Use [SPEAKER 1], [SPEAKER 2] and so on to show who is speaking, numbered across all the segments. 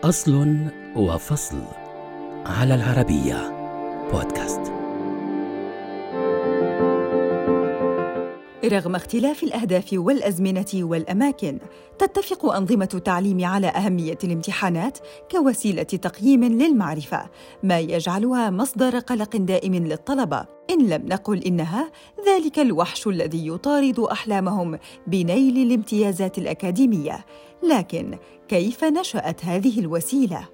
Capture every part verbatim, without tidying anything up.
[SPEAKER 1] أصل وفصل على العربية بودكاست.
[SPEAKER 2] رغم اختلاف الأهداف والأزمنة والأماكن، تتفق أنظمة التعليم على أهمية الامتحانات كوسيلة تقييم للمعرفة، ما يجعلها مصدر قلق دائم للطلبة، إن لم نقل إنها ذلك الوحش الذي يطارد أحلامهم بنيل الامتيازات الأكاديمية. لكن كيف نشأت هذه الوسيلة؟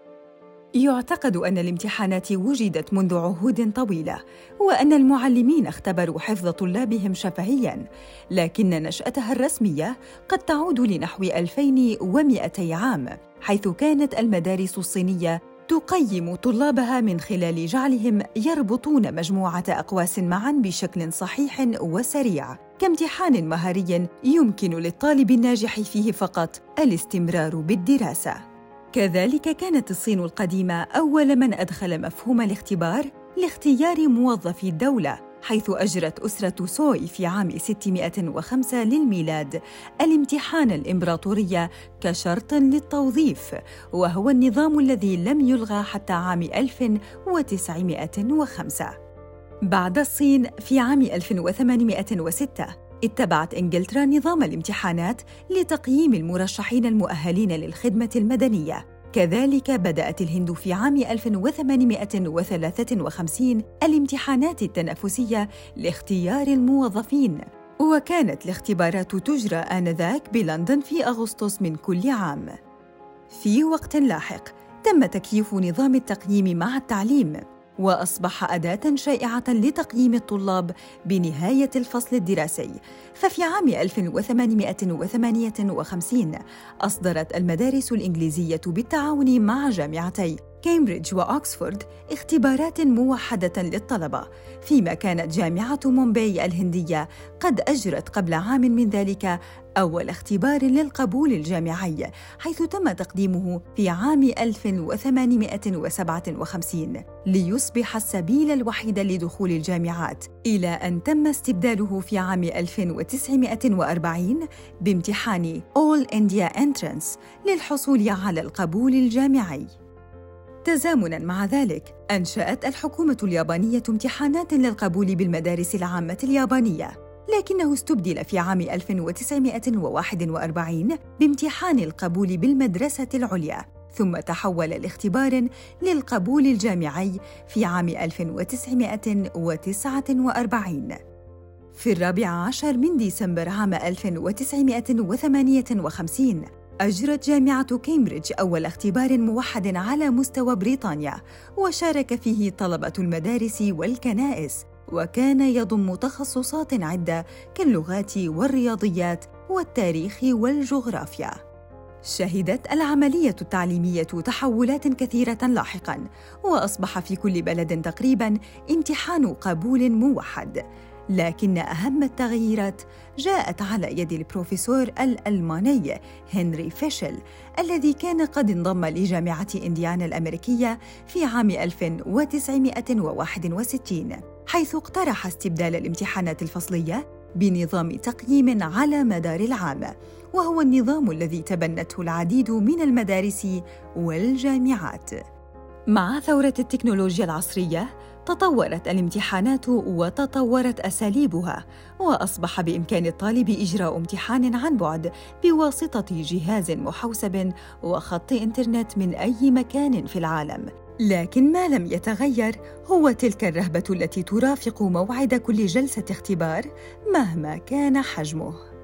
[SPEAKER 2] يعتقد أن الامتحانات وجدت منذ عهود طويلة، وأن المعلمين اختبروا حفظ طلابهم شفهياً، لكن نشأتها الرسمية قد تعود لنحو ألفين ومئتي عام، حيث كانت المدارس الصينية تقيم طلابها من خلال جعلهم يربطون مجموعة أقواس معاً بشكل صحيح وسريع، كامتحان مهاري يمكن للطالب الناجح فيه فقط الاستمرار بالدراسة. كذلك كانت الصين القديمة أول من أدخل مفهوم الاختبار لاختيار موظفي الدولة، حيث أجرت أسرة سوي في عام ستمائة وخمسة للميلاد الامتحان الإمبراطوري كشرط للتوظيف، وهو النظام الذي لم يلغى حتى عام ألف وتسعمائة وخمسة. بعد الصين في عام ألف وثمانمائة وستة اتبعت إنجلترا نظام الامتحانات لتقييم المرشحين المؤهلين للخدمة المدنية. كذلك بدأت الهند في عام ألف وثمانمائة وثلاثة وخمسين الامتحانات التنافسية لاختيار الموظفين، وكانت الاختبارات تجرى آنذاك بلندن في أغسطس من كل عام. في وقت لاحق تم تكييف نظام التقييم مع التعليم، وأصبح أداة شائعة لتقييم الطلاب بنهاية الفصل الدراسي. ففي عام ألف وثمانمائة وثمانية وخمسين أصدرت المدارس الإنجليزية بالتعاون مع جامعتي كامبريدج وأكسفورد اختبارات موحدة للطلبة، فيما كانت جامعة مومباي الهندية قد أجرت قبل عام من ذلك أول اختبار للقبول الجامعي، حيث تم تقديمه في عام ألف وثمانمائة وسبعة وخمسين ليصبح السبيل الوحيد لدخول الجامعات، إلى أن تم استبداله في عام ألف وتسعمائة وأربعين بامتحان All India Entrance للحصول على القبول الجامعي. تزامناً مع ذلك، أنشأت الحكومة اليابانية امتحانات للقبول بالمدارس العامة اليابانية، لكنه استبدل في عام ألف وتسعمائة وواحد وأربعين بامتحان القبول بالمدرسة العليا، ثم تحول لاختبار للقبول الجامعي في عام ألف وتسعمائة وتسعة وأربعين. في الرابع عشر من ديسمبر عام ألف وتسعمائة وثمانية وخمسين أجرت جامعة كامبريدج أول اختبار موحد على مستوى بريطانيا، وشارك فيه طلبة المدارس والكنائس، وكان يضم تخصصات عدة كاللغات والرياضيات والتاريخ والجغرافيا. شهدت العملية التعليمية تحولات كثيرة لاحقاً، وأصبح في كل بلد تقريباً امتحان قبول موحد، لكن أهم التغييرات جاءت على يد البروفيسور الألماني هنري فيشل، الذي كان قد انضم لجامعة إنديانا الأمريكية في عام ألف وتسعمائة وواحد وستين، حيث اقترح استبدال الامتحانات الفصلية بنظام تقييم على مدار العام، وهو النظام الذي تبنته العديد من المدارس والجامعات. مع ثورة التكنولوجيا العصرية تطورت الامتحانات وتطورت أساليبها، وأصبح بإمكان الطالب إجراء امتحان عن بعد بواسطة جهاز محوسب وخط إنترنت من أي مكان في العالم. لكن ما لم يتغير هو تلك الرهبة التي ترافق موعد كل جلسة اختبار مهما كان حجمه.